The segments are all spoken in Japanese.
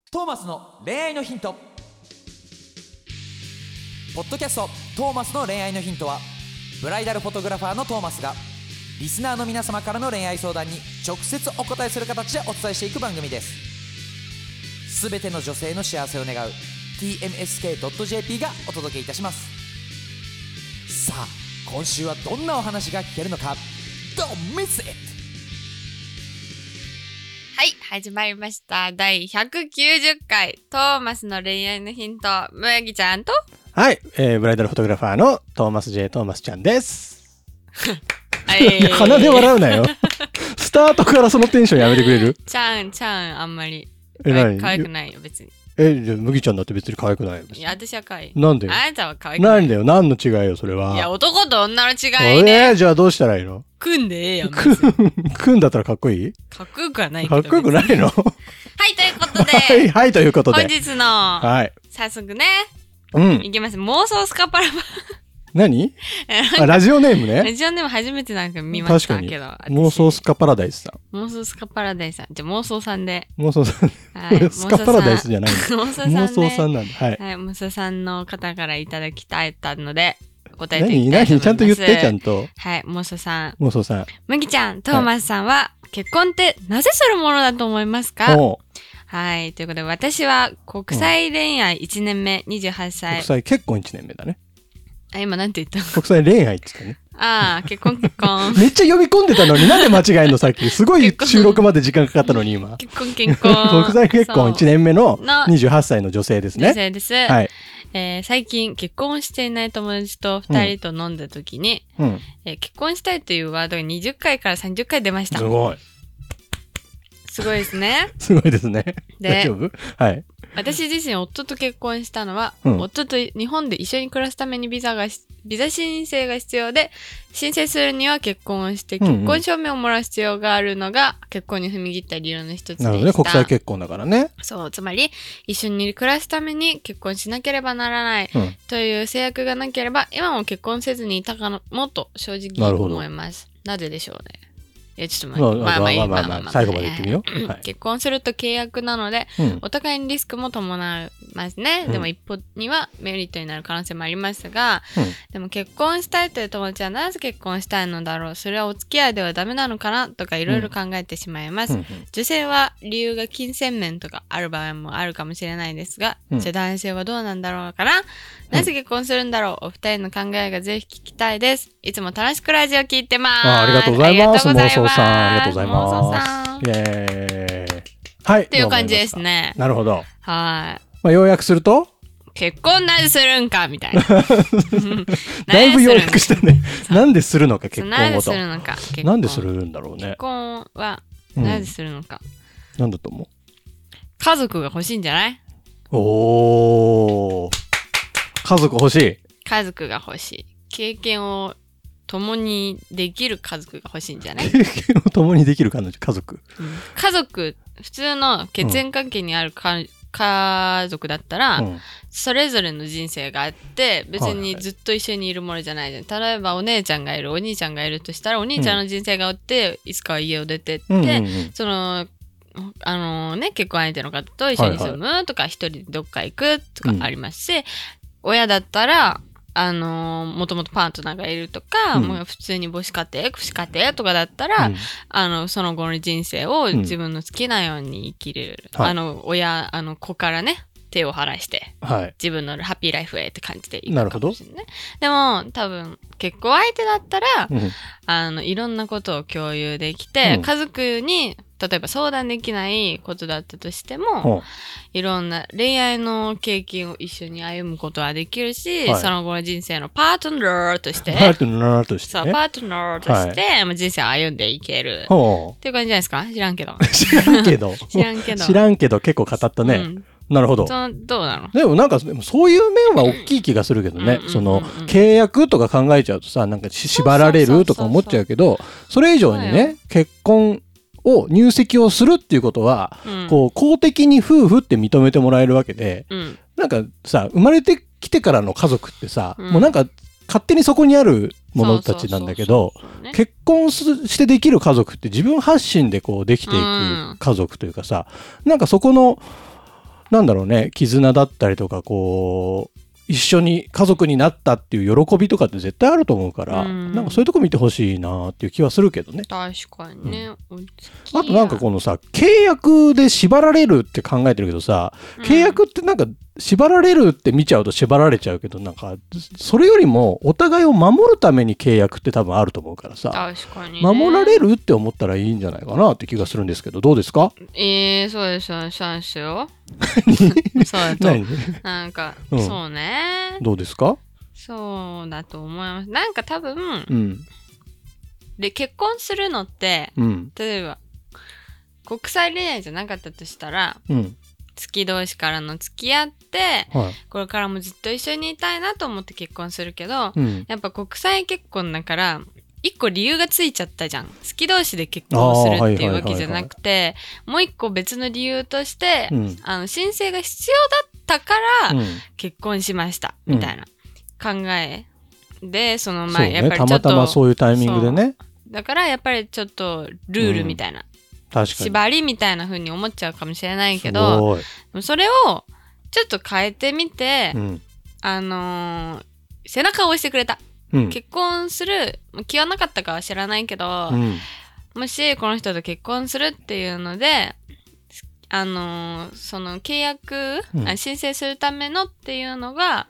トーマスの恋愛のヒント。ポッドキャストトーマスの恋愛のヒントは、ブライダルフォトグラファーのトーマスがリスナーの皆様からの恋愛相談に直接お答えする形でお伝えしていく番組です。すべての女性の幸せを願う TMSK.jp がお届けいたします。さあ今週はどんなお話が聞けるのか。 Don't miss it。 はい、始まりました。第190回トーマスの恋愛のヒント、麦ちゃんと、 はい、ブライダルフォトグラファーのトーマス J トーマスちゃんです。鼻で笑うなよ。スタートからそのテンションやめてくれる？ ちゃんあんまり可愛くないよ別に。 じゃあ麦ちゃんだって別に可愛くないよ。 いや私は可愛い。 なんでよ。 あなたは可愛くない。 なんだよ、何の違いよそれは。 いや男と女の違いね。 じゃあどうしたらいいの？ 組んでええよ。 組んだったらかっこいい？ かっこよくはないけど。 かっこよくないの？ はいということではいということで本日のはい早速ね、いきます。妄想スカパラパ。 何？ラジオネームね。 ラジオネーム初めてなんか見ましたけど。 妄想スカパラダイスさん。 妄想スカパラダイスさん。じゃあ妄想さんで。 妄想さん。スカパラダイスじゃないの。妄想さんなんだ。はい。 妄想さんの方からいただきたいので、答えていきたいと思います。 何ちゃんと言って、ちゃんと。 はい、妄想さん。 妄想さん。 麦ちゃん、トーマスさんは、結婚ってなぜするものだと思いますか？はい。ということで、私は国際恋愛1年目、28歳。 国際結婚1年目だね。 今なんて言ったの？ 国際恋愛って言ったね。 結婚。 めっちゃ読み込んでたのになんで間違えんのさっき。すごい収録まで時間かかったのに今。 結婚。 国際結婚1年目の28歳の女性ですね。 女性です。 はい。 最近結婚していない友達と2人と飲んだ時に、結婚したいというワードが20回から30回出ました。すごいですね。 すごいですね。大丈夫？はい。 私自身夫と結婚したのは、夫と日本で一緒に暮らすためにビザ申請が必要で、申請するには結婚をして結婚証明をもらう必要があるのが結婚に踏み切った理由の一つでした。 なるほどね。国際結婚だからね。 そう、つまり一緒に暮らすために結婚しなければならないという制約がなければ、今も結婚せずにいたかもと正直思います。なぜでしょうね。いやちょっと待って、まあ最後まで言ってみよう。 結婚すると契約なので、お互いにリスクも伴いますね。でも一方にはメリットになる可能性もありますが、でも結婚したいという友達はなぜ結婚したいのだろう、それはお付き合いではダメなのかなとかいろいろ考えてしまいます。女性は理由が金銭面とかある場合もあるかもしれないですが、じゃあ男性はどうなんだろうかな。なぜ結婚するんだろう。お二人の考えがぜひ聞きたいです。いつも楽しくラジオ聞いてます。 ありがとうございます。妄想さん、ありがとうございます。 妄想さん。 イエーイ。はい。 っていう感じですね。 なるほど。 はい。 要約すると結婚なぜするんかみたいな。 だいぶ要約したね。なんでするのか、結婚をと。 なんでするのか。 なんでするんだろうね。 結婚はなぜするのか。 なんだと思う？ 家族が欲しいんじゃない？ おー。家族欲しい。 家族が欲しい。経験を共にできる家族が欲しいんじゃない？ 経験を共にできる家族。 家族、普通の血縁関係にある家族だったら、それぞれの人生があって、別にずっと一緒にいるものじゃないじゃん。例えばお姉ちゃんがいる、お兄ちゃんがいるとしたら、お兄ちゃんの人生があって、いつかは家を出てって、その、結婚相手の方と一緒に住むとか、一人でどっか行くとかありますし、親だったら、もともとパートナーがいるとか、もう普通に母子家庭とかだったら、その後の人生を自分の好きなように生きれる。子からね、手を離して、自分のハッピーライフへって感じでいくかもしれない。でも、多分、結婚相手だったら、いろんなことを共有できて、家族に、例えば相談できないことだったとしても、いろんな恋愛の経験を一緒に歩むことはできるし、その後の人生のパートナーとして、人生を歩んでいける。っていう感じじゃないですか？知らんけど結構語ったね。なるほど。 どうなの？ でもなんか、そういう面は大きい気がするけどね。その、契約とか考えちゃうとさ、なんか縛られるとか思っちゃうけど、それ以上にね、結婚を入籍をするっていうことは、こう公的に夫婦って認めてもらえるわけで、なんかさ、生まれてきてからの家族ってさ、もうなんか勝手にそこにあるものたちなんだけど、結婚してできる家族って自分発信でこうできていく家族というかさ、なんかそこのなんだろうね、絆だったりとか、こう一緒に家族になったっていう喜びとかって絶対あると思うから、なんかそういうとこ見てほしいなっていう気はするけどね。 確かにね、 あとなんかこのさ、契約で縛られるって考えてるけどさ、契約ってなんか縛られるって見ちゃうと縛られちゃうけど、なんかそれよりもお互いを守るために契約って多分あると思うからさ、 確かにね、 守られるって思ったらいいんじゃないかなって気がするんですけど、どうですか？ そうですそうですよそうだと何なんか、 うんそうね、 どうですか？ そうだと思います。なんか多分、 うんで結婚するのってうん例えば国際恋愛じゃなかったとしたら、 うん好き同士からの付き合って、 はいこれからもずっと一緒にいたいなと思って結婚するけど、 うんやっぱ国際結婚だから一個理由がついちゃったじゃん。好き同士で結婚するっていうわけじゃなくて、もう一個別の理由として、申請が必要だったから結婚しました、みたいな考えで、その前、やっぱりちょっとたまたまそういうタイミングでね。 だからやっぱりちょっとルールみたいな、 確かに縛りみたいな風に思っちゃうかもしれないけど、それをちょっと変えてみて、背中を押してくれた。結婚する気はなかったかは知らないけど、もしこの人と結婚するっていうのでその契約、申請するためのっていうのが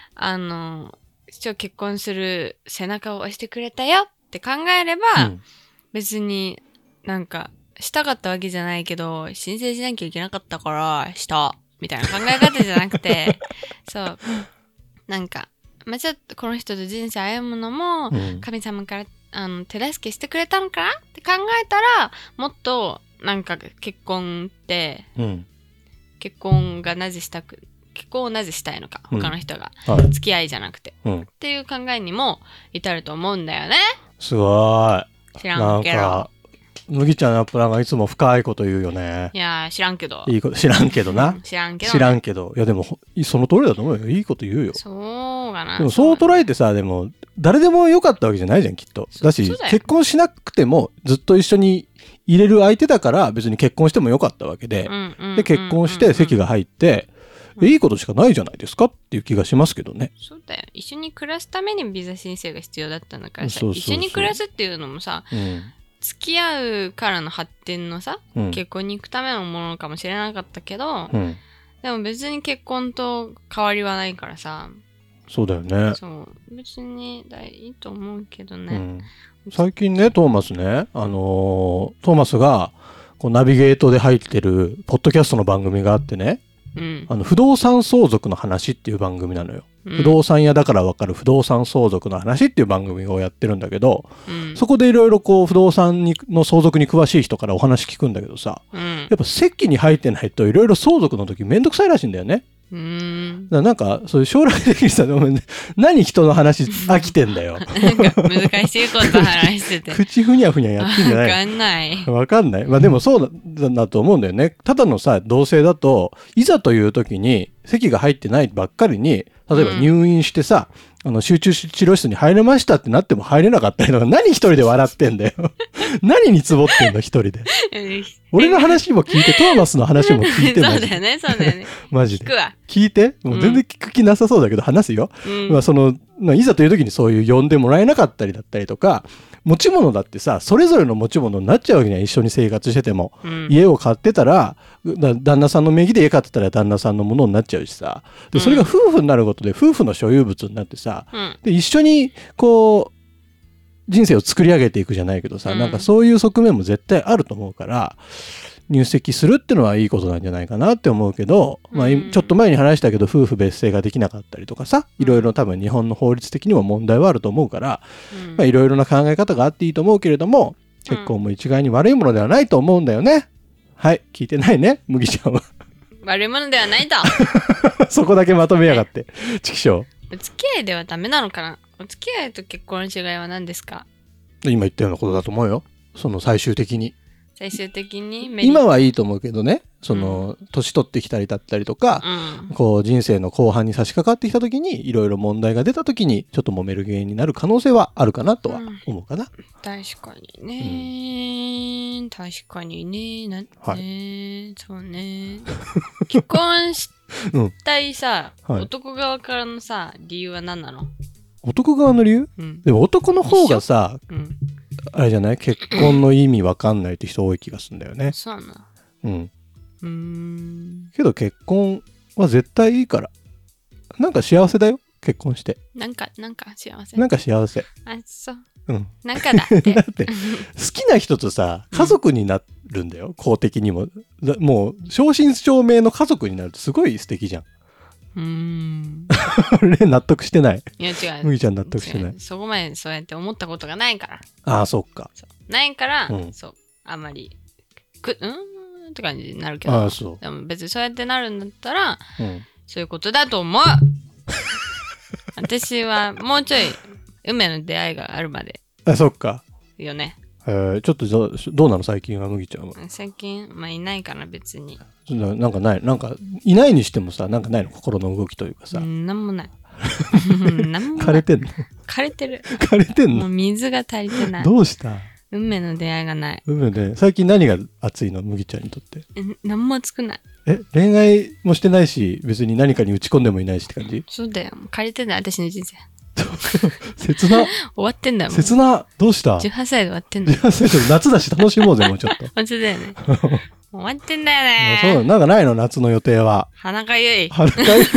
結婚する背中を押してくれたよって考えれば、別になんかしたかったわけじゃないけど申請しなきゃいけなかったからしたみたいな考え方じゃなくてそうなんかちょっとこの人と人生歩むのも神様から手助けしてくれたのかなって考えたら、もっとなんか結婚って、結婚をなぜしたいのか、他の人が、付き合いじゃなくて、っていう考えにも至ると思うんだよね。 すごい。 知らんけど。 麦ちゃんのアップランがいつも深いこと言うよね。 いや知らんけど。 いいこと知らんけどな。 知らんけど、 知らんけど。いやでもその通りだと思うよ。いいこと言うよ。 そうかな。 でもそう捉えてさ、でも誰でもよかったわけじゃないじゃんきっと。だし結婚しなくてもずっと一緒に入れる相手だから別に結婚してもよかったわけで、で結婚して籍が入って、いいことしかないじゃないですかっていう気がしますけどね。 そうだよ。一緒に暮らすためにビザ申請が必要だったんだからさ、一緒に暮らすっていうのもさ、付き合うからの発展のさ、結婚に行くためのものかもしれなかったけど、でも別に結婚と変わりはないからさ。 そうだよね。 そう別にいいと思うけどね。 最近ねトーマスね、トーマスがこうナビゲートで入ってるポッドキャストの番組があってね、不動産相続の話っていう番組なのよ。不動産屋だから分かる不動産相続の話っていう番組をやってるんだけど、そこでいろいろこう不動産の相続に詳しい人からお話聞くんだけどさ、やっぱ籍に入ってないといろいろ相続の時めんどくさいらしいんだよね。なんかそういう将来的にさ、何人の話飽きてんだよ。 なんか難しいこと話してて口ふにゃふにゃやってんじゃない？わかんない。まあでもそうだと思うんだよね。ただのさ同棲だといざという時に籍が入ってないばっかりに、例えば入院してさ、集中治療室に入れましたってなっても入れなかったりとか、何一人で笑ってんだよ。何につぼってんの一人で。俺の話も聞いて、トーマスの話も聞いて。 そうだよね、そうだよね。 マジで。 聞くわ。 聞いて。もう全然聞く気なさそうだけど話すよ。まあいざという時にそういう呼んでもらえなかったりだったりとか、持ち物だってさ、それぞれの持ち物になっちゃうわけじゃん、一緒に生活してても。家を買ってたら、旦那さんの名義で家買ってたら旦那さんのものになっちゃうしさ。で、それが夫婦になることで夫婦の所有物になってさ、で、一緒にこう、人生を作り上げていくじゃないけどさ、なんかそういう側面も絶対あると思うから、入籍するってのはいいことなんじゃないかなって思うけど、まあ、ちょっと前に話したけど夫婦別姓ができなかったりとかさ、いろいろ多分日本の法律的にも問題はあると思うから、まあ、いろいろな考え方があっていいと思うけれども、結婚も一概に悪いものではないと思うんだよね。はい、聞いてないね、麦ちゃんは。 悪いものではないと。 そこだけまとめやがって。チキショー。 お付き合いではダメなのかな。お付き合いと結婚の違いは何ですか？ 今言ったようなことだと思うよ。その最終的に。 最終的に今はいいと思うけどね、その、年取ってきたりだったりとか、こう人生の後半に差し掛かってきた時にいろいろ問題が出た時にちょっと揉める原因になる可能性はあるかなとは思うかな。 確かにね、確かにね、 はいね、そうね。結婚したいさ、 はい男側からのさ、理由は何なの？ 男側の理由？でも男の方がさ、あれじゃない？結婚の意味わかんないって人多い気がするんだよね。 そうな。 けど結婚は絶対いいから。なんか幸せだよ、結婚して。 なんか幸せ。 なんか幸せ。 あ、そう。 なんかだって。 だって好きな人とさ、家族になるんだよ、公的にも。もう正真正銘の家族になるってすごい素敵じゃん。納得してない。 いや違う。 麦ちゃん納得してない。 そこまでそうやって思ったことがないから。 ああ、そっか。 ないから、そうあんまりって感じになるけど。 ああ、そう。 でも別にそうやってなるんだったら、そういうことだと思う。私はもうちょい運命の出会いがあるまで。 あ、そっか。 よね。 ちょっとどうなの最近は麦ちゃんは。 最近いないかな別に。 なんかない、なんかいないにしてもさ、なんかないの、心の動きというかさ。 なんもない。 枯れてんの？ 枯れてる。 枯れてんの？ もう水が足りてない。 どうした？ 運命の出会いがない。 運命で最近何が熱いの、麦ちゃんにとって？ 何も熱くない。 恋愛もしてないし、別に何かに打ち込んでもいないしって感じ？ そうだよ。枯れてない、私の人生。 切な。 終わってんだよ。 切な。どうした？ 18歳で終わってんだよ。 18歳で夏だし楽しもうぜ、もうちょっと。 本当だよね。終わってんだよね。 そう、なんかないの、夏の予定は。 鼻かゆい。 鼻かゆい。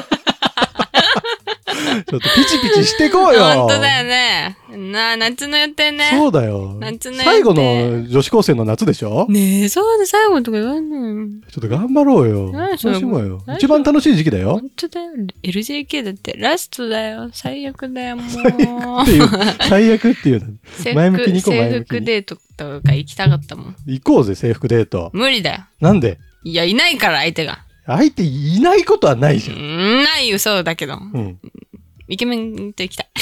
ちょっとピチピチしてこうよ。 本当だよね。夏の予定ね。 そうだよ。 夏の予定。 最後の女子高生の夏でしょ？ ねえ、そうで最後とか言わんの。 ちょっと頑張ろうよ。楽しもうよ。一番楽しい時期だよ。 本当だよ。LJK だってラストだよ。最悪だよ、もう。 最悪っていうの。前向きに行こう、前向きに。 制服デートとか行きたかったもん。 行こうぜ、制服デート。 無理だよ。 なんで？ いや、いないから、相手が。 相手いないことはないじゃん。 ないよ、そうだけど。イケメンと行きたい。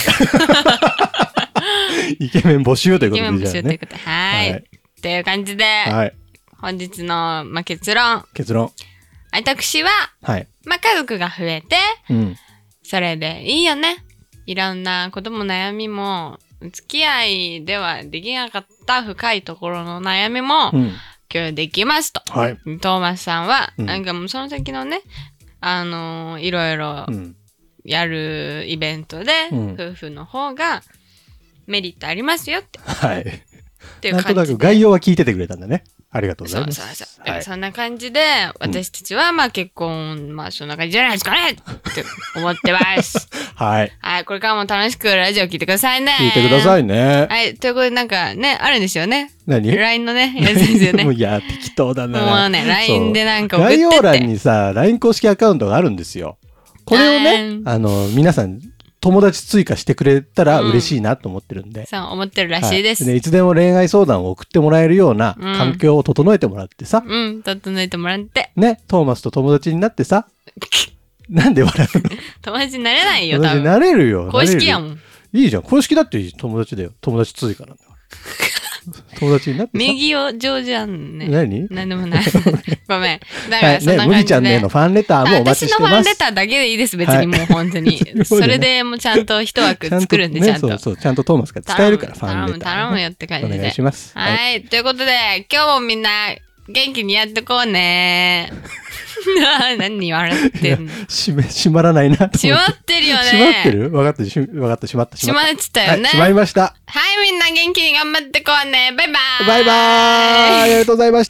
イケメン募集ということで、 イケメン募集ということで。はい。っていう感じで、本日の、結論。私は、家族が増えて、それでいいよね。いろんなことも悩みも、付き合いではできなかった深いところの悩みも、共有できますと。トーマスさんは、なんかもうその先のね、いろいろ、やるイベントで、夫婦の方がメリットありますよって。 はい。 っていう感じで。 なんとなく概要は聞いててくれたんだね。ありがとうございます。 そう。そんな感じで、私たちは結婚、そんな感じじゃないですかねって思ってます。 はい。 はい。これからも楽しくラジオ聞いてくださいね。 聞いてくださいね。 はい。ということでなんかね、あるんですよね。 何？ LINE のね、やつですよね。 いや、適当だな。 もうね、LINE でなんか送って概要欄にさ、LINE 公式アカウントがあるんですよ。これをね、皆さん、友達追加してくれたら嬉しいなと思ってるんで。 そう、思ってるらしいです。 いつでも恋愛相談を送ってもらえるような環境を整えてもらってさ。 整えてもらって。 ね、トーマスと友達になってさ。なんで笑うの？ 友達になれないよ、 友達になれるよ。 公式やもん。 いいじゃん。公式だって友達だよ。友達追加なんだから。友達になってさ。 右を上手やんね。 何？ なんでもない。ごめん。だからそんな感じで。 麦ちゃんねのファンレターもお待ちしてます。 私のファンレターだけでいいです、別にもう本当に。それでもうちゃんと一枠作るんで、ちゃんと。 そう、ちゃんとトーマスが使えるから、ファンレター。 頼むよって感じで。 お願いします。 はい。ということで、今日もみんな元気にやってこうね。何笑ってんの？ 閉まらないなと思って。 閉まってるよね。 閉まってる？分かった、閉まった。 閉まってたよね。 閉まりました。 はい、みんな元気に頑張ってこうね。バイバーイ。 バイバーイ。ありがとうございました。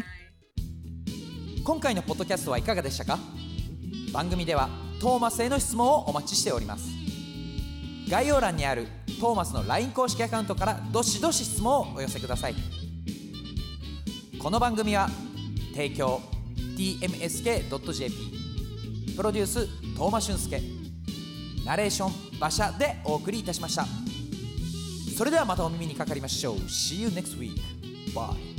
今回のポッドキャストはいかがでしたか？番組ではトーマスへの質問をお待ちしております。概要欄にあるトーマスの LINE 公式アカウントからどしどし質問をお寄せください。この番組は提供 tmsk.jp プロデューストーマ俊介ナレーション馬車でお送りいたしました。それではまたお耳にかかりましょう。 See you next week. Bye.